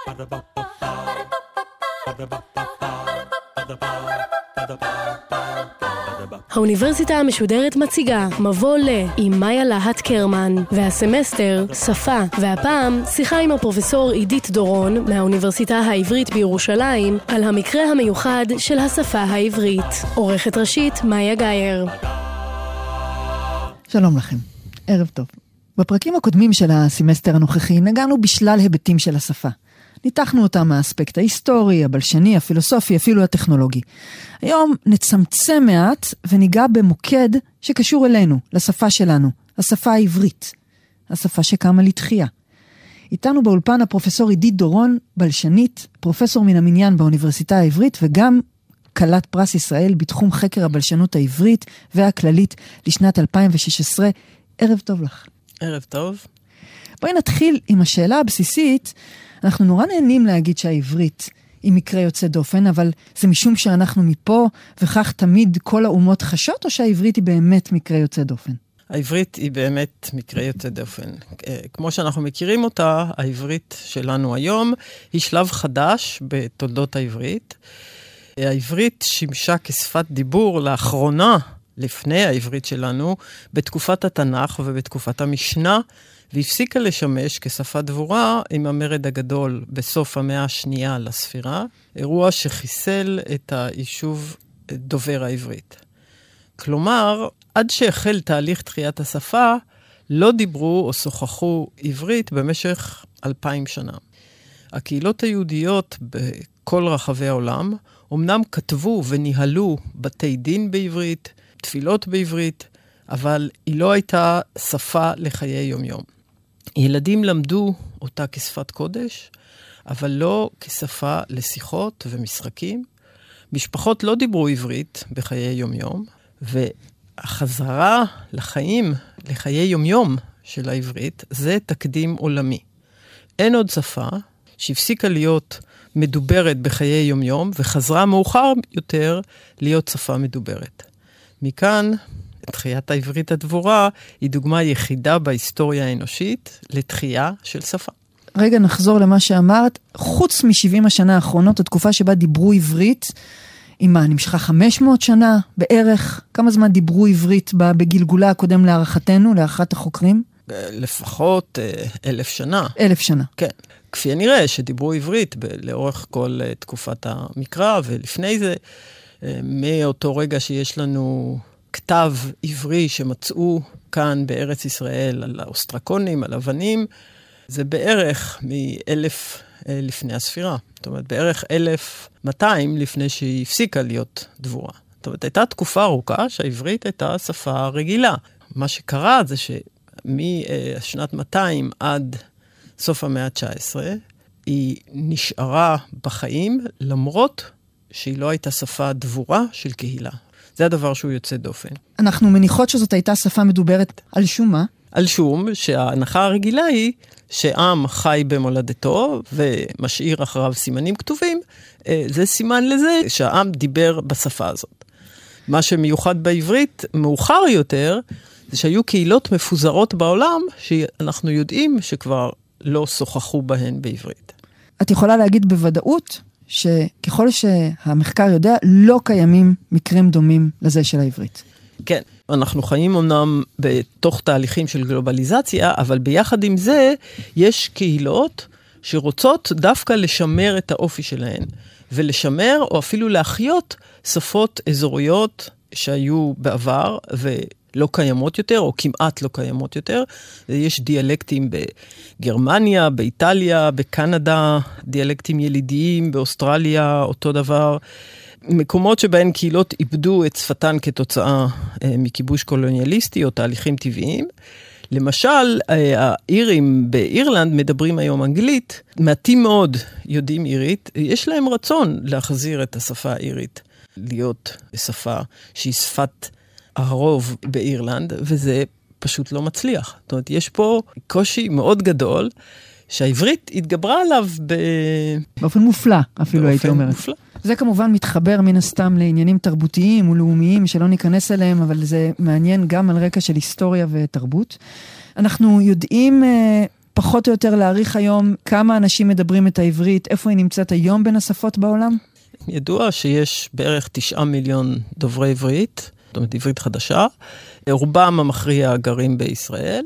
האוניברסיטה המשודרת מציגה מבוא עם מאיה להט קרמן, והסמסטר שפה, והפעם שיחה עם הפרופסור עידית דורון מהאוניברסיטה העברית בירושלים על המקרה המיוחד של השפה העברית. עורכת ראשית מאיה גייר. שלום לכם, ערב טוב. בפרקים הקודמים של הסמסטר הנוכחי נגענו בשלל היבטים של השפה. ניתחנו אותם מהאספקט ההיסטורי, הבלשני, הפילוסופי, אפילו הטכנולוגי. היום נצמצם מעט וניגע במוקד שקשור אלינו, לשפה שלנו, השפה העברית, השפה שקמה לתחייה. איתנו באולפן הפרופסור עידית דורון, בלשנית, פרופסור מן המניין באוניברסיטה העברית, וגם כלת פרס ישראל בתחום חקר הבלשנות העברית והכללית לשנת 2016. ערב טוב לך. ערב טוב. בואי נתחיל עם השאלה הבסיסית. אנחנו נורא נהנים להגיד שהעברית היא מקרה יוצא דופן, אבל זה משום שאנחנו מפה, וכך תמיד כל האומות חשות, או שהעברית היא באמת מקרה יוצא דופן? העברית היא באמת מקרה יוצא דופן. כמו שאנחנו מכירים אותה, העברית שלנו היום היא שלב חדש בתולדות העברית. העברית שימשה כשפת דיבור לאחרונה, לפני העברית שלנו, בתקופת התנ"ך ובתקופת המשנה, והפסיקה לשמש כשפת דבורה עם המרד הגדול בסוף המאה השנייה לספירה, אירוע שחיסל את היישוב דובר העברית. כלומר, עד שהחל תהליך תחיית השפה, לא דיברו או שוחחו עברית במשך 2000 שנה. הקהילות היהודיות בכל רחבי העולם, אמנם כתבו וניהלו בתי דין בעברית, תפילות בעברית, אבל היא לא הייתה שפה לחיי יומיום. ילדים למדו אותה כשפת קודש, אבל לא כשפה לשיחות ומשחקים. משפחות לא דיברו עברית בחיי יומיום, והחזרה לחיים, לחיי יומיום של העברית, זה תקדים עולמי. אין עוד שפה שהפסיקה להיות מדוברת בחיי יומיום, וחזרה מאוחר יותר להיות שפה מדוברת. מכאן, תחיית העברית הדבורה היא דוגמה יחידה בהיסטוריה האנושית לתחייה של שפה. רגע, נחזור למה שאמרת. חוץ מ-70 השנה האחרונות, התקופה שבה דיברו עברית, עם מה, נמשכה 500 שנה בערך? כמה זמן דיברו עברית בגלגולה הקודם להערכתנו, להערכת החוקרים? לפחות 1,000 שנה. 1,000 שנה. כן. כפי הנראה שדיברו עברית לאורך כל תקופת המקרא, ולפני זה, מאותו רגע שיש לנו כתב עברי שמצאו כאן בארץ ישראל על האוסטרקונים, על אבנים, זה בערך מ-1000 לפני הספירה. זאת אומרת, בערך 1200 לפני שהיא הפסיקה להיות דבורה. זאת אומרת, הייתה תקופה ארוכה שהעברית הייתה שפה רגילה. מה שקרה זה שמשנת 200 עד סוף המאה ה-19, היא נשארה בחיים, למרות שהיא לא הייתה שפה דבורה של קהילה. זה הדבר שהוא יוצא דופן. אנחנו מניחות שזאת הייתה שפה מדוברת על שום מה? על שום, שההנחה הרגילה היא שעם חי במולדתו ומשאיר אחריו סימנים כתובים, זה סימן לזה שהעם דיבר בשפה הזאת. מה שמיוחד בעברית מאוחר יותר, זה שהיו קהילות מפוזרות בעולם שאנחנו יודעים שכבר לא שוחחו בהן בעברית. את יכולה להגיד בוודאות שככל שהמחקר יודע, לא קיימים מקרים דומים לזה של העברית. כן, אנחנו חיים אמנם בתוך תהליכים של גלובליזציה, אבל ביחד עם זה יש קהילות שרוצות דווקא לשמר את האופי שלהן, ולשמר או אפילו להחיות שפות אזוריות שהיו בעבר ולא קיימות יותר, או כמעט לא קיימות יותר. יש דיאלקטים בגרמניה, באיטליה, בקנדה, דיאלקטים ילידיים, באוסטרליה, אותו דבר. מקומות שבהן קהילות איבדו את שפתן כתוצאה מכיבוש קולוניאליסטי או תהליכים טבעיים. למשל, האירים באירלנד מדברים היום אנגלית, מעטים מאוד יודעים אירית, יש להם רצון להחזיר את השפה האירית, להיות שפה שהיא שפת הרוב באירלנד, וזה פשוט לא מצליח. זאת אומרת, יש פה קושי מאוד גדול, שהעברית התגברה עליו באופן מופלא, אפילו הייתי אומרת. מופלא. זה כמובן מתחבר מן הסתם לעניינים תרבותיים ולאומיים שלא ניכנס אליהם, אבל זה מעניין גם על רקע של היסטוריה ותרבות. אנחנו יודעים פחות או יותר להעריך היום כמה אנשים מדברים את העברית, איפה היא נמצאת היום בין השפות בעולם? ידוע שיש בערך 9 מיליון דוברי עברית, זאת אומרת עברית חדשה, רובם המכריע גרים בישראל,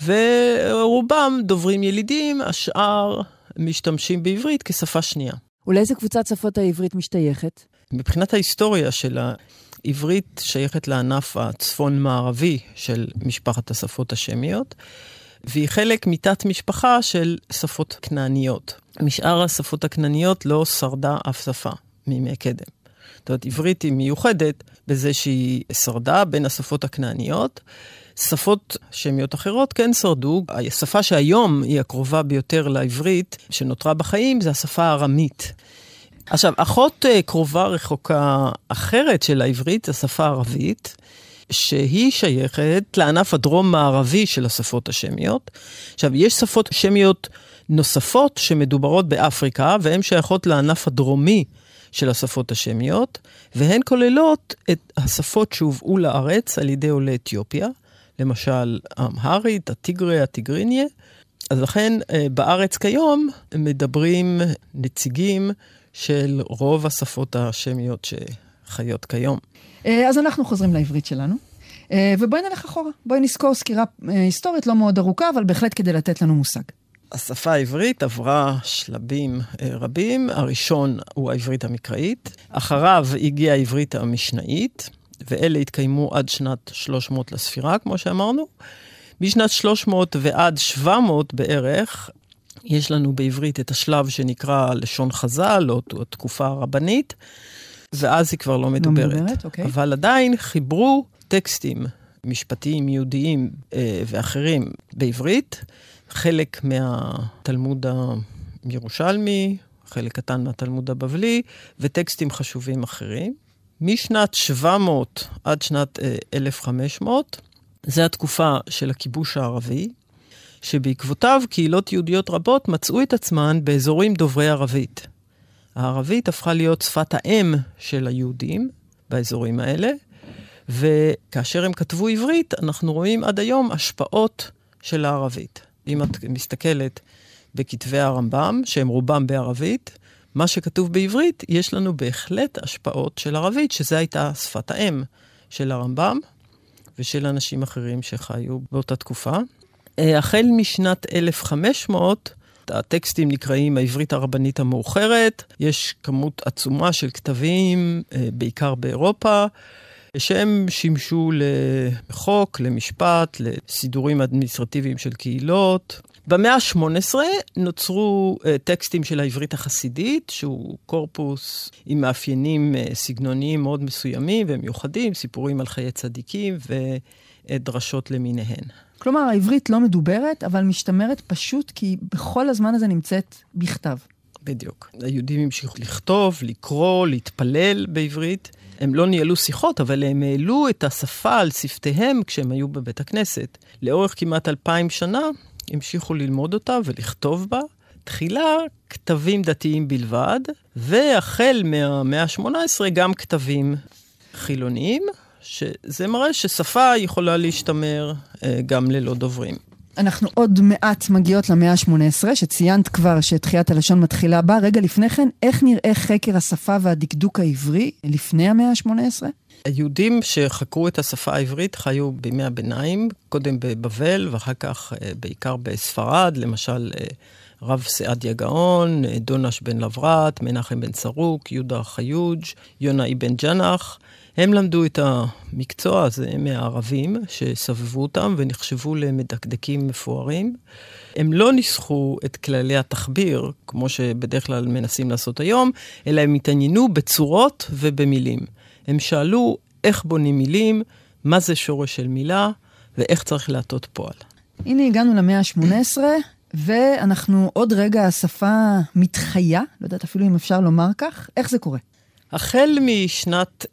ורובם דוברים ילידים, השאר משתמשים בעברית כשפה שנייה. ולאיזה קבוצת שפות העברית משתייכת? מבחינת ההיסטוריה של העברית שייכת לענף הצפון-מערבי של משפחת השפות השמיות, והיא חלק מתת משפחה של שפות כנעניות. משאר השפות הכנעניות לא שרדה אף שפה מימי קדם. זאת אומרת, עברית היא מיוחדת בזה שהיא שרדה בין השפות הכנעניות. שפות שמיות אחרות כן שרדו. השפה שהיום היא הקרובה ביותר לעברית שנותרה בחיים זה השפה הארמית. עכשיו, אחות קרובה רחוקה אחרת של העברית, השפה הערבית, שהיא שייכת לענף הדרום-מערבי של השפות השמיות. עכשיו, יש שפות שמיות נוספות שמדוברות באפריקה, והן שייכות לענף הדרומי של השפות השמיות, והן כוללות את השפות שהובאו לארץ על ידי עולי אתיופיה, למשל האמהרית, הטיגרי, הטיגריניה. אז לכן בארץ כיום מדברים נציגים של רוב השפות השמיות שחיות כיום. אז אנחנו חוזרים לעברית שלנו, ובואי נלך אחורה. בואי נזכור סקירה היסטורית לא מאוד ארוכה, אבל בהחלט כדי לתת לנו מושג. השפה העברית עברה שלבים רבים. הראשון הוא העברית המקראית. אחריו הגיעה העברית המשנאית, ואלה התקיימו עד שנת 300 לספירה, כמו שאמרנו. משנת 300 ועד 700 בערך, יש לנו בעברית את השלב שנקרא לשון חז"ל, או התקופה הרבנית, ואז היא כבר לא מדוברת. אוקיי. אבל עדיין חיברו טקסטים משפטיים יהודיים ואחרים בעברית, חלק מהתלמוד הירושלמי, חלק קטן מהתלמוד הבבלי, וטקסטים חשובים אחרים. משנת 700 עד שנת 1500, זה התקופה של הכיבוש הערבי, שבעקבותיו קהילות יהודיות רבות מצאו את עצמן באזורים דוברי ערבית. הערבית הפכה להיות שפת האם של היהודים באזורים האלה, וכאשר הם כתבו עברית, אנחנו רואים עד היום השפעות של הערבית. אם את מסתכלת בכתבי הרמב"ם, שהם רובם בערבית, מה שכתוב בעברית, יש לנו בהחלט השפעות של ערבית, שזה הייתה שפת האם של הרמב"ם, ושל אנשים אחרים שחיו באותה תקופה. החל משנת 1500, הטקסטים נקראים העברית הרבנית המאוחרת, יש כמות עצומה של כתבים, בעיקר באירופה, שהם שימשו לחוק, למשפט, לסידורים אדמיניסטרטיביים של קהילות. במאה ה-18 נוצרו טקסטים של העברית החסידית, שהוא קורפוס עם מאפיינים סגנוניים מאוד מסוימים ומיוחדים, סיפורים על חיי צדיקים ודרשות למיניהן. כלומר, העברית לא מדוברת, אבל משתמרת פשוט כי בכל הזמן הזה נמצאת בכתב. בדיוק. היהודים המשיכו לכתוב, לקרוא, להתפלל בעברית. הם לא ניהלו שיחות, אבל הם העלו את השפה על שפתיהם כשהם היו בבית הכנסת. לאורך כמעט 2000 שנה, המשיכו ללמוד אותה ולכתוב בה. תחילה כתבים דתיים בלבד, והחל מהמאה ה-18 גם כתבים חילוניים, שזה מראה ששפה יכולה להשתמר גם ללא דוברים. אנחנו עוד מעט מגיעות למאה ה-18, שציינת כבר שתחיית הלשון מתחילה בה. רגע לפני כן, איך נראה חקר השפה והדקדוק העברי לפני המאה ה-18? היהודים שחקרו את השפה העברית חיו בימי הביניים, קודם בבבל ואחר כך בעיקר בספרד, למשל רב סעדיה גאון, דונש בן לברת, מנחם בן צרוק, יהודה חיוג', יונה אבן ג'נח. הם למדו את המקצוע הזה מהערבים שסבבו אותם ונחשבו למדקדקים מפוארים. הם לא ניסחו את כללי התחביר, כמו שבדרך כלל מנסים לעשות היום, אלא הם התעניינו בצורות ובמילים. הם שאלו איך בונים מילים, מה זה שורש של מילה, ואיך צריך להטות פועל. הנה הגענו למאה ה-18, ואנחנו עוד רגע השפה מתחיה, לא יודעת אפילו אם אפשר לומר כך, איך זה קורה? החל משנת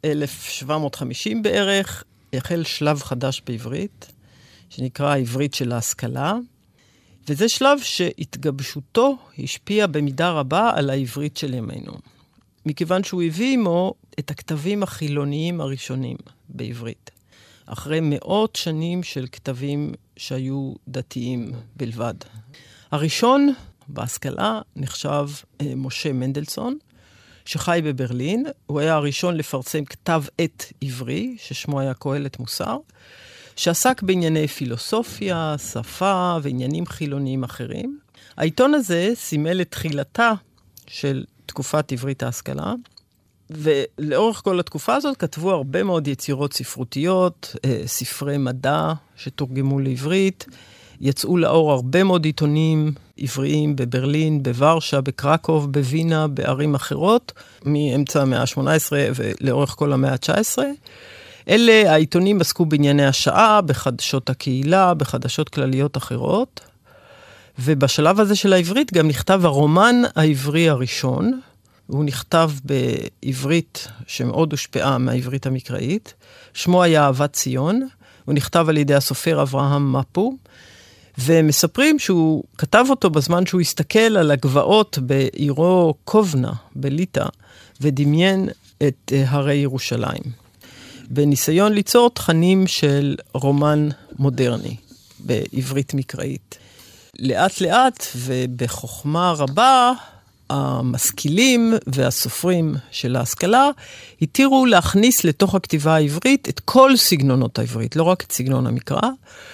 1750 בערך, החל שלב חדש בעברית, שנקרא העברית של ההשכלה, וזה שלב שהתגבשותו השפיע במידה רבה על העברית של ימינו. מכיוון שהוא הביא עמו את הכתבים החילוניים הראשונים בעברית. אחרי מאות שנים של כתבים שהיו דתיים בלבד. הראשון בהשכלה נחשב משה מנדלסון, שחי בברלין. הוא היה הראשון לפרסם כתב עת עברי, ששמו היה קהלת מוסר, שעסק בענייני פילוסופיה, שפה ועניינים חילוניים אחרים. העיתון הזה סימל את תחילתה של תקופת עברית ההשכלה, ולאורך כל התקופה הזאת כתבו הרבה מאוד יצירות ספרותיות, ספרי מדע שתורגמו לעברית, יצאו לאור הרבה מאוד עיתונים עבריים בברלין, בוורשה, בקרקוב, בווינה, בערים אחרות, מאמצע המאה ה-18 ולאורך כל המאה ה-19. אלה העיתונים עסקו בענייני השעה, בחדשות הקהילה, בחדשות כלליות אחרות. ובשלב הזה של העברית גם נכתב הרומן העברי הראשון. הוא נכתב בעברית שמאוד הושפעה מהעברית המקראית. שמו היה אהבת ציון. הוא נכתב על ידי הסופר אברהם מפו. ומספרים שהוא כתב אותו בזמן שהוא הסתכל על הגבעות בעירו קובנה, בליטא, ודמיין את הרי ירושלים. בניסיון ליצור תכנים של רומן מודרני, בעברית מקראית. לאט לאט ובחוכמה רבה, המשכילים והסופרים של ההשכלה התירו להכניס לתוך הכתיבה העברית את כל סגנונות העברית, לא רק את סגנון המקרא,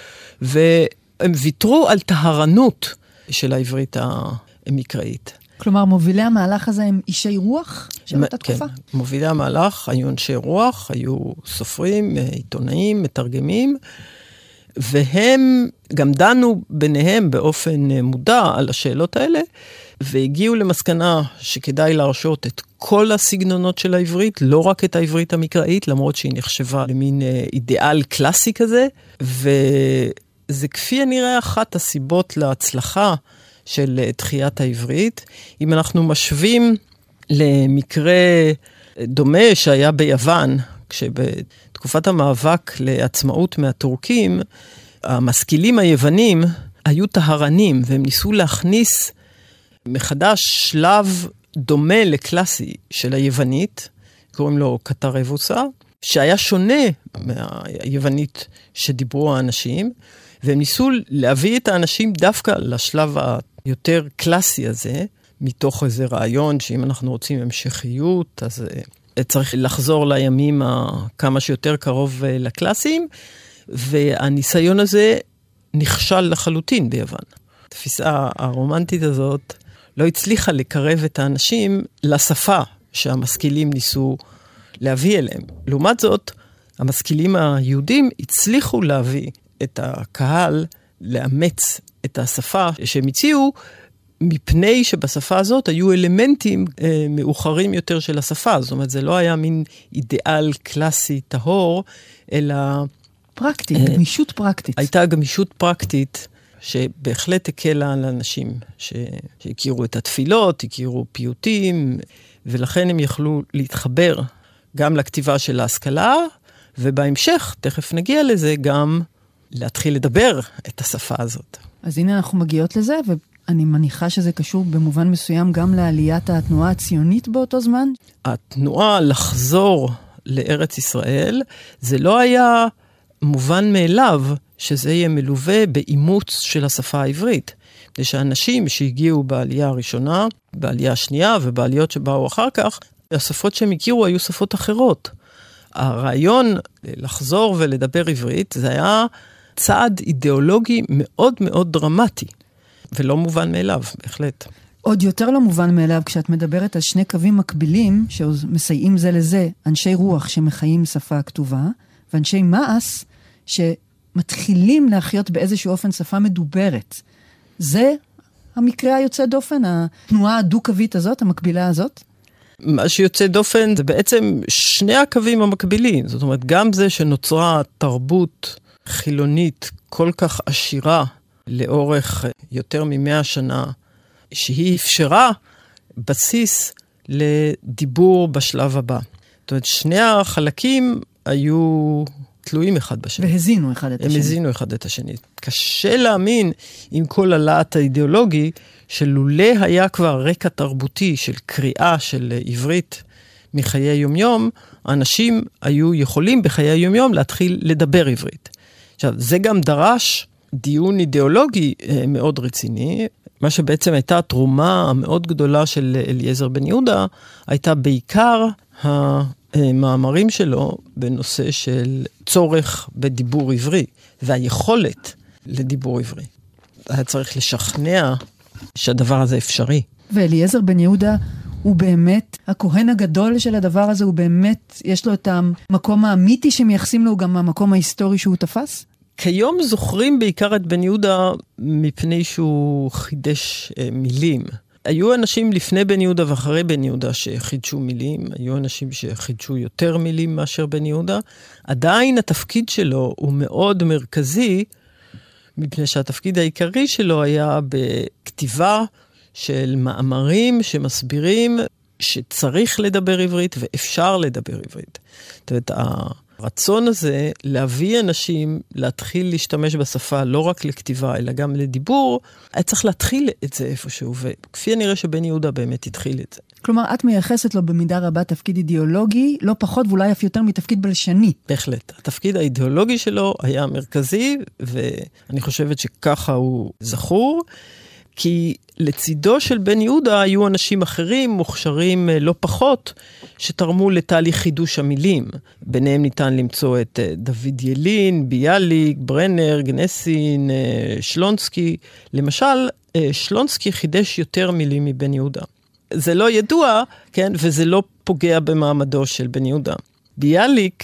והם ויתרו על טהרנות של העברית המקראית. כלומר, מובילי המהלך הזה הם אישי רוח של אותה תקופה? כן, מובילי המהלך היו אנשי רוח, היו סופרים, עיתונאים, מתרגמים, והם גם דנו ביניהם באופן מודע על השאלות האלה, והגיעו למסקנה שכדאי להרשות את כל הסגנונות של העברית, לא רק את העברית המקראית, למרות שהיא נחשבה למין אידיאל קלאסי כזה, וזה כפי הנראה אחת הסיבות להצלחה של תחיית העברית. אם אנחנו משווים למקרה דומה שהיה ביוון, כשבתקופת המאבק לעצמאות מהטורקים, המשכילים היוונים היו טהרנים, והם ניסו להכניס מחדש שלב דומה לקלאסי של היוונית, קוראים לו קטרבוסה, שהיה שונה מהיוונית שדיברו האנשים, והם ניסו להביא את האנשים דווקא לשלב היותר קלאסי הזה, מתוך איזה רעיון שאם אנחנו רוצים המשכיות, אז צריך לחזור לימים כמה שיותר קרוב לקלאסיים, והניסיון הזה נכשל לחלוטין ביוון. התפיסה הרומנטית הזאת לא הצליחה לקרב את האנשים לשפה שהמשכילים ניסו להביא אליהם. לעומת זאת, המשכילים היהודים הצליחו להביא את הקהל לאמץ את השפה שהם הציעו, מפני שבשפה הזאת היו אלמנטים מאוחרים יותר של השפה. זאת אומרת, זה לא היה מין אידיאל קלאסי טהור, אלא פרקטית, גמישות פרקטית. הייתה גמישות פרקטית שבהחלט הקלה על אנשים שהכירו את התפילות, הכירו פיוטים, ולכן הם יכלו להתחבר גם לכתיבה של ההשכלה, ובהמשך, תכף נגיע לזה, גם להתחיל לדבר את השפה הזאת. אז הנה אנחנו מגיעות לזה, ואני מניחה שזה קשור במובן מסוים גם לעליית התנועה הציונית באותו זמן. התנועה לחזור לארץ ישראל, זה לא היה מובן מאליו שזה יהיה מלווה באימוץ של השפה העברית. כדי שאנשים שהגיעו בעלייה הראשונה, בעלייה השנייה ובעליות שבאו אחר כך, השפות שהם הכירו היו שפות אחרות. הרעיון לחזור ולדבר עברית, זה היה צעד אידיאולוגי מאוד מאוד דרמטי, ולא מובן מאליו, בהחלט. עוד יותר לא מובן מאליו כשאת מדברת על שני קווים מקבילים, שמסייעים זה לזה, אנשי רוח שמחיים שפה כתובה, ואנשי מעש שמתחילים להחיות באיזשהו אופן שפה מדוברת. זה המקרה היוצא דופן, התנועה הדו-קווית הזאת, המקבילה הזאת? מה שיוצא דופן זה בעצם שני הקווים המקבילים. זאת אומרת, גם זה שנוצרה תרבות חילונית כל כך עשירה לאורך יותר מ100 שנה, שהיא אפשרה בסיס לדיבור בשלב הבא. זאת אומרת, שני החלקים היו תלויים אחד בשני. והזינו אחד את השני. הם הזינו אחד את השני. קשה להאמין עם כל הלהט האידיאולוגי, שלולא היה כבר רקע תרבותי של קריאה של עברית מחיי יומיום, האנשים היו יכולים בחיי יומיום להתחיל לדבר עברית. עכשיו, זה גם דרש דיון אידיאולוגי מאוד רציני. מה שבעצם הייתה התרומה המאוד גדולה של אליעזר בן יהודה, הייתה בעיקר המאמרים שלו בנושא של צורך בדיבור עברי, והיכולת לדיבור עברי. היה צריך לשכנע שהדבר הזה אפשרי. ואליעזר בן יהודה הוא באמת, הכהן הגדול של הדבר הזה, הוא באמת, יש לו את המקום האמיתי שמייחסים לו, גם המקום ההיסטורי שהוא תפס? כיום זוכרים בעיקר את בן יהודה מפני שהוא חידש מילים. היו אנשים לפני בן יהודה ואחרי בן יהודה שחידשו מילים, היו אנשים שחידשו יותר מילים מאשר בן יהודה. עדיין התפקיד שלו הוא מאוד מרכזי, מפני שהתפקיד העיקרי שלו היה בכתיבה של מאמרים שמסבירים שצריך לדבר עברית ואפשר לדבר עברית. זאת אומרת, הרצון הזה להביא אנשים להתחיל להשתמש בשפה לא רק לכתיבה אלא גם לדיבור, היה צריך להתחיל את זה איפשהו, וכפי הנראה שבן יהודה באמת התחיל את זה. כלומר, את מייחסת לו במידה רבה תפקיד אידיאולוגי, לא פחות ואולי אף יותר מתפקיד בלשני. בהחלט. התפקיד האידיאולוגי שלו היה מרכזי, ואני חושבת שככה הוא זכור, כי לצידו של בן יהודה היו אנשים אחרים, מוכשרים לא פחות, שתרמו לתהליך חידוש המילים. ביניהם ניתן למצוא את דוד ילין, ביאליק, ברנר, גנסין, שלונסקי. למשל, שלונסקי חידש יותר מילים מבן יהודה. זה לא ידוע, כן, וזה לא פוגע במעמדו של בן יהודה. ביאליק,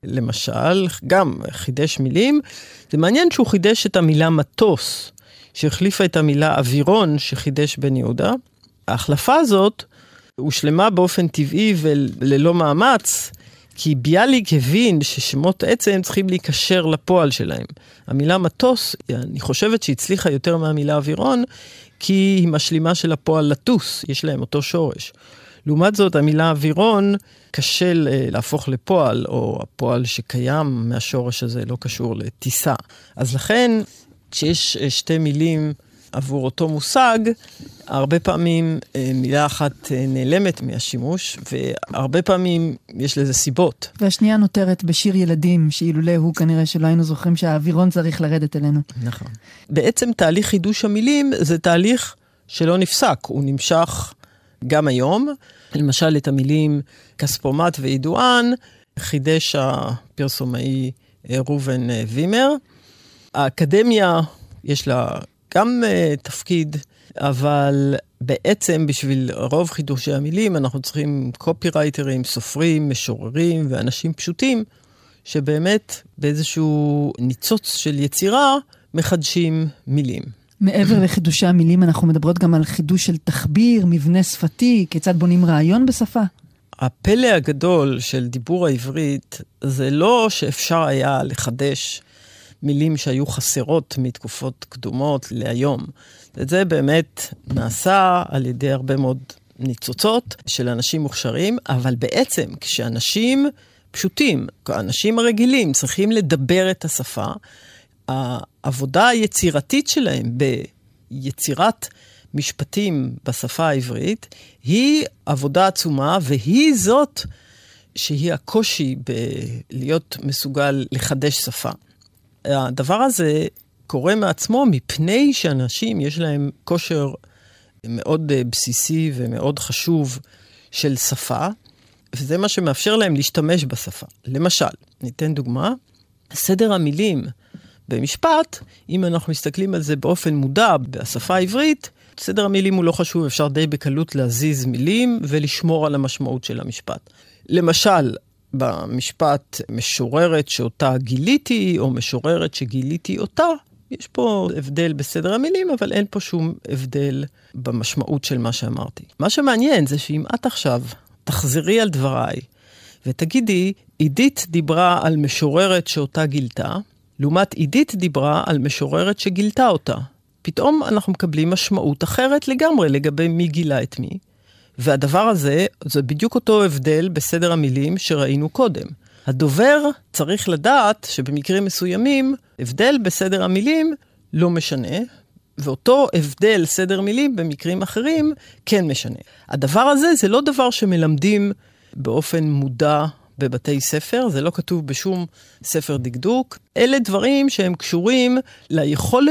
למשל, גם חידש מילים. זה מעניין שהוא חידש את המילה מטוס, שהחליפה את המילה אווירון שחידש בן יהודה. ההחלפה הזאת הושלמה באופן טבעי וללא מאמץ, כי ביאליק הבין ששמות עצם צריכים להיקשר לפועל שלהם. המילה מטוס, אני חושבת שהצליחה יותר מהמילה אווירון, כי היא משלימה של הפועל לטוס, יש להם אותו שורש. לעומת זאת, המילה אווירון קשה להפוך לפועל, או הפועל שקיים מהשורש הזה לא קשור לטיסה. אז לכן, כשיש שתי מילים עבור אותו מושג, הרבה פעמים מילה אחת נעלמת מהשימוש, והרבה פעמים יש לזה סיבות. והשנייה נותרת בשיר ילדים, שאילולא הוא כנראה שלא היינו זוכרים שהאווירון צריך לרדת אלינו. נכון. בעצם תהליך חידוש המילים זה תהליך שלא נפסק, הוא נמשך גם היום. למשל את המילים כספומט וידוען, חידש הפרסומאי רובן וימר. האקדמיה יש לה גם תפקיד, אבל בעצם בשביל רוב חידושי המילים אנחנו צריכים קופירייטרים, סופרים, משוררים ואנשים פשוטים, שבאמת באיזשהו ניצוץ של יצירה מחדשים מילים. מעבר לחידושי המילים אנחנו מדברות גם על חידוש של תחביר, מבנה שפתי, כיצד בונים רעיון בשפה? הפלא הגדול של דיבור העברית זה לא שאפשר היה לחדש מילים שהיו חסרות מתקופות קדומות להיום. זה באמת נעשה על ידי הרבה מאוד ניצוצות של אנשים מוכשרים, אבל בעצם כשאנשים פשוטים, האנשים הרגילים צריכים לדבר את השפה, העבודה היצירתית שלהם ביצירת משפטים בשפה העברית היא עבודה עצומה, והיא זאת שהיא הקושי להיות מסוגל לחדש שפה. הדבר הזה קורה מעצמו מפני שאנשים יש להם כושר מאוד בסיסי ומאוד חשוב של שפה, וזה מה שמאפשר להם להשתמש בשפה. למשל, ניתן דוגמה, סדר המילים במשפט, אם אנחנו מסתכלים על זה באופן מודע בשפה העברית, סדר המילים הוא לא חשוב, אפשר די בקלות להזיז מילים ולשמור על המשמעות של המשפט. למשל, במשפט משוררת שאותה גיליתי, או משוררת שגיליתי אותה, יש פה הבדל בסדר המילים, אבל אין פה שום הבדל במשמעות של מה שאמרתי. מה שמעניין זה שאם את עכשיו תחזרי על דבריי, ותגידי, עידית דיברה על משוררת שאותה גילתה, לעומת עידית דיברה על משוררת שגילתה אותה. פתאום אנחנו מקבלים משמעות אחרת לגמרי לגבי מי גילה את מי, והדבר הזה, זה בדיוק אותו הבדל בסדר המילים שראינו קודם. הדובר צריך לדעת שבמקרים מסוימים, הבדל בסדר המילים לא משנה, ואותו הבדל סדר מילים במקרים אחרים כן משנה. הדבר הזה זה לא דבר שמלמדים באופן מודע בבתי ספר, זה לא כתוב בשום ספר דקדוק. אלה דברים שהם קשורים ליכולת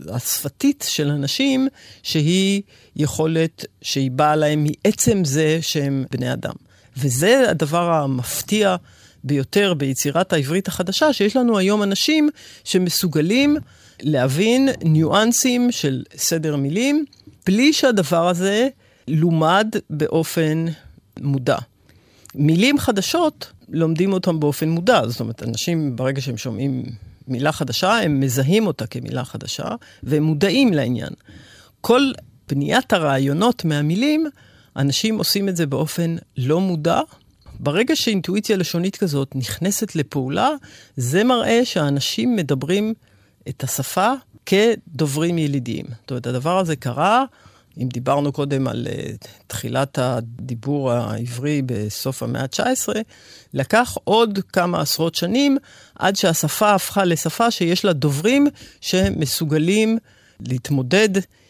השפתית של אנשים, שהיא יכולת שהיא באה להם מעצם זה שהם בני אדם. וזה הדבר המפתיע ביותר ביצירת העברית החדשה, שיש לנו היום אנשים שמסוגלים להבין ניואנסים של סדר מילים, בלי שהדבר הזה לומד באופן מודע. מילים חדשות לומדים אותם באופן מודע, זאת אומרת, אנשים ברגע שהם שומעים מילה חדשה, הם מזהים אותה כמילה חדשה, והם מודעים לעניין. כל בניית הרעיונות מהמילים, אנשים עושים את זה באופן לא מודע. ברגע שאינטואיציה לשונית כזאת נכנסת לפעולה, זה מראה שהאנשים מדברים את השפה כדוברים ילידיים. זאת אומרת, הדבר הזה קרה, אם דיברנו קודם על תחילת הדיבור העברי בסוף המאה ה-19, לקח עוד כמה עשרות שנים, עד שהשפה הפכה לשפה שיש לה דוברים שמסוגלים להתמודד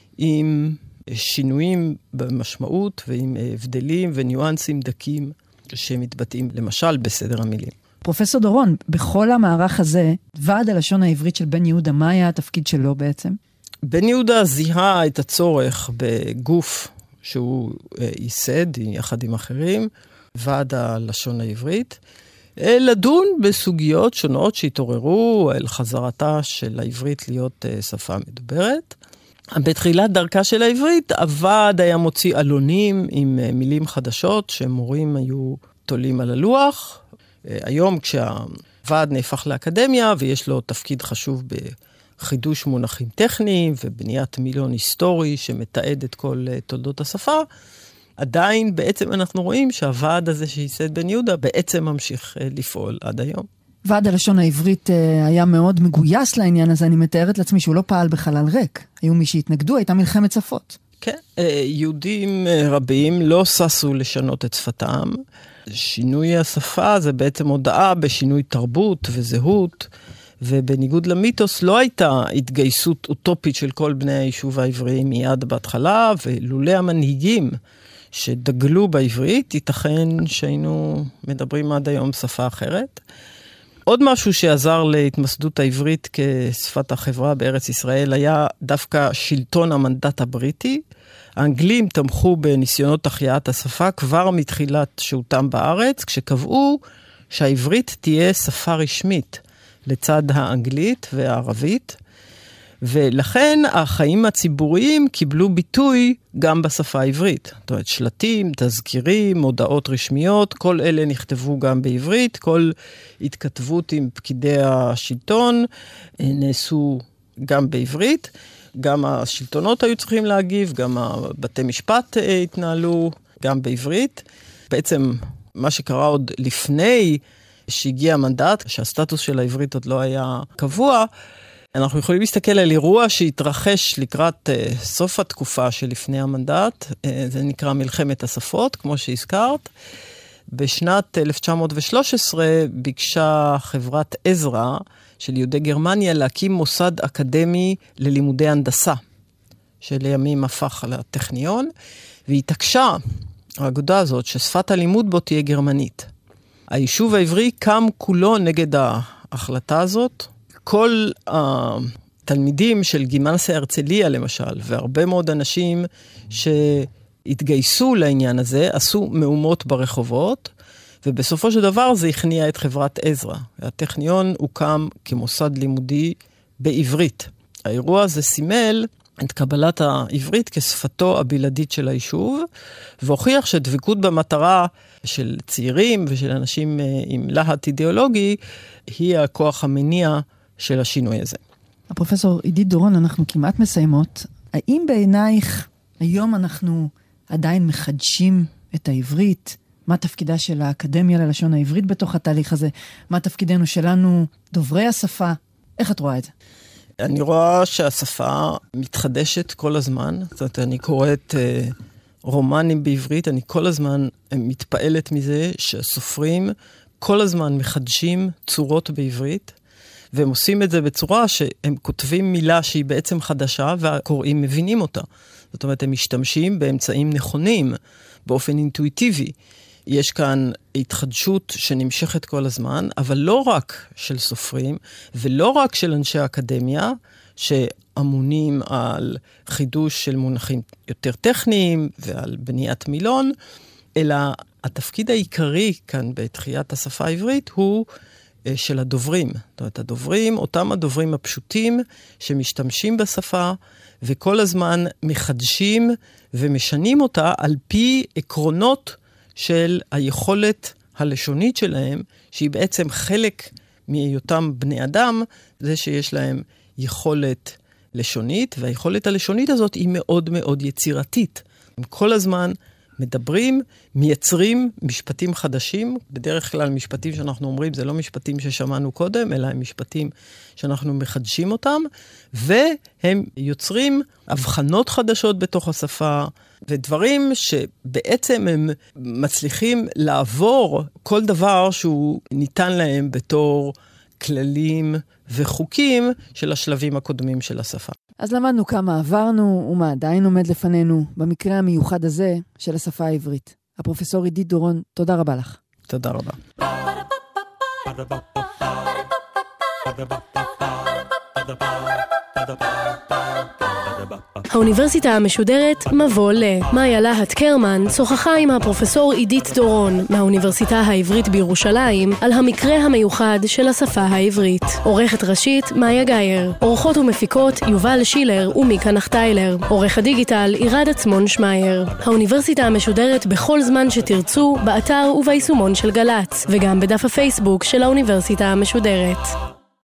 עם שינויים במשמעות ועם הבדלים וניואנסים דקים שמתבטאים למשל בסדר המילים. פרופסור דורון, בכל המערך הזה, ועד הלשון העברית של בן יהודה, מה היה התפקיד שלו בעצם? בן יהודה זיהה את הצורך בגוף שהוא ייסד יחד עם אחרים, ועד הלשון העברית, לדון בסוגיות שונות שהתעוררו אל חזרתה של העברית להיות שפה מדוברת. בתחילת דרכה של העברית, הוועד היה מוציא אלונים עם מילים חדשות שמורים היו תולים על הלוח. היום כשהוועד נהפך לאקדמיה ויש לו תפקיד חשוב בחידוש מונחים טכניים ובניית מילון היסטורי שמתעד את כל תולדות השפה, עדיין בעצם אנחנו רואים שהוועד הזה שייסד בן יהודה בעצם ממשיך לפעול עד היום. ועד הלשון העברית היה מאוד מגויס לעניין הזה, אני מתארת לעצמי שהוא לא פעל בחלל ריק. היו מי שהתנגדו, הייתה מלחמת שפות. כן, יהודים רבים לא ססו לשנות את שפתם. שינוי השפה זה בעצם הודעה בשינוי תרבות וזהות, ובניגוד למיתוס לא הייתה התגייסות אוטופית של כל בני היישוב העברי מיד בהתחלה, ולולא המנהיגים שדגלו בעברית, ייתכן שהיינו מדברים עד היום שפה אחרת. עוד משהו שעזר להתמסדות העברית כשפת החברה בארץ ישראל היה דווקא שלטון המנדט הבריטי. האנגלים תמכו בניסיונות החייאת השפה כבר מתחילת שהותם בארץ, כשקבעו שהעברית תהיה שפה רשמית לצד האנגלית והערבית, ולכן החיים הציבוריים קיבלו ביטוי גם בשפה העברית. זאת אומרת, שלטים, תזכירים, הודעות רשמיות, כל אלה נכתבו גם בעברית, כל התכתבות עם פקידי השלטון נעשו גם בעברית, גם השלטונות היו צריכים להגיב, גם בתי משפט התנהלו גם בעברית. בעצם מה שקרה עוד לפני שהגיע המנדט, שהסטטוס של העברית עוד לא היה קבוע, אנחנו יכולים להסתכל על אירוע שהתרחש לקראת סוף התקופה שלפני המנדט, זה נקרא מלחמת השפות, כמו שהזכרת. בשנת 1913 ביקשה חברת עזרא של יהודי גרמניה להקים מוסד אקדמי ללימודי הנדסה, שלימים הפך לטכניון, והתעקשה האגודה הזאת ששפת הלימוד בו תהיה גרמנית. היישוב העברי קם כולו נגד ההחלטה הזאת, כל התלמידים של גימנסיה הרצליה למשל, והרבה מאוד אנשים שהתגייסו לעניין הזה, עשו מהומות ברחובות, ובסופו של דבר זה הכניע את חברת עזרא. הטכניון הוקם כמוסד לימודי בעברית. האירוע הזה סימל את קבלת העברית כשפתו הבלעדית של היישוב, והוכיח שדבקות במטרה של צעירים ושל אנשים עם להט אידיאולוגי, היא הכוח המניע של השינוי הזה. הפרופסור עידית דורון, אנחנו כמעט מסיימות. האם בעינייך היום אנחנו עדיין מחדשים את העברית? מה תפקידה של האקדמיה ללשון העברית בתוך התהליך הזה? מה תפקידנו שלנו, דוברי השפה? איך את רואה את זה? אני רואה שהשפה מתחדשת כל הזמן. זאת אומרת, אני קוראת רומנים בעברית, אני כל הזמן מתפעלת מזה שהסופרים כל הזמן מחדשים צורות בעברית, והם עושים את זה בצורה שהם כותבים מילה שהיא בעצם חדשה, והקוראים מבינים אותה. זאת אומרת, הם משתמשים באמצעים נכונים, באופן אינטואיטיבי. יש כאן התחדשות שנמשכת כל הזמן, אבל לא רק של סופרים, ולא רק של אנשי האקדמיה, שאמונים על חידוש של מונחים יותר טכניים, ועל בניית מילון, אלא התפקיד העיקרי כאן בתחיית השפה העברית הוא של הדוברים. זאת אומרת, הדוברים, אותם הדוברים הפשוטים שמשתמשים בשפה, וכל הזמן מחדשים ומשנים אותה על פי עקרונות של היכולת הלשונית שלהם, שהיא בעצם חלק מהיותם בני אדם, זה שיש להם יכולת לשונית, והיכולת הלשונית הזאת היא מאוד מאוד יצירתית. הם כל הזמן מדברים, מייצרים משפטים חדשים, בדרך כלל משפטים שאנחנו אומרים, זה לא משפטים ששמענו קודם, אלא הם משפטים שאנחנו מחדשים אותם, והם יוצרים הבחנות חדשות בתוך השפה, ודברים שבעצם הם מצליחים לעבור כל דבר שהוא ניתן להם בתור כללים וחוקים של השלבים הקודמים של השפה. אז למדנו כמה עברנו ומה עדיין עומד לפנינו במקרה המיוחד הזה של השפה העברית. הפרופסור עידית דורון, תודה רבה לך. תודה רבה. האוניברסיטה המשודרת מבוא ל. מאיה להט קרמן שוחחה עם הפרופסור עידית דורון מהאוניברסיטה העברית בירושלים על המקרה המיוחד של השפה העברית. עורכת ראשית מאיה גייר, עורכות ומפיקות יובל שילר ומיקה נחטיילר, עורך הדיגיטל עירד עצמון שמייר. האוניברסיטה המשודרת בכל זמן שתרצו, באתר וביישומון של גלץ, וגם בדף הפייסבוק של האוניברסיטה המשודרת.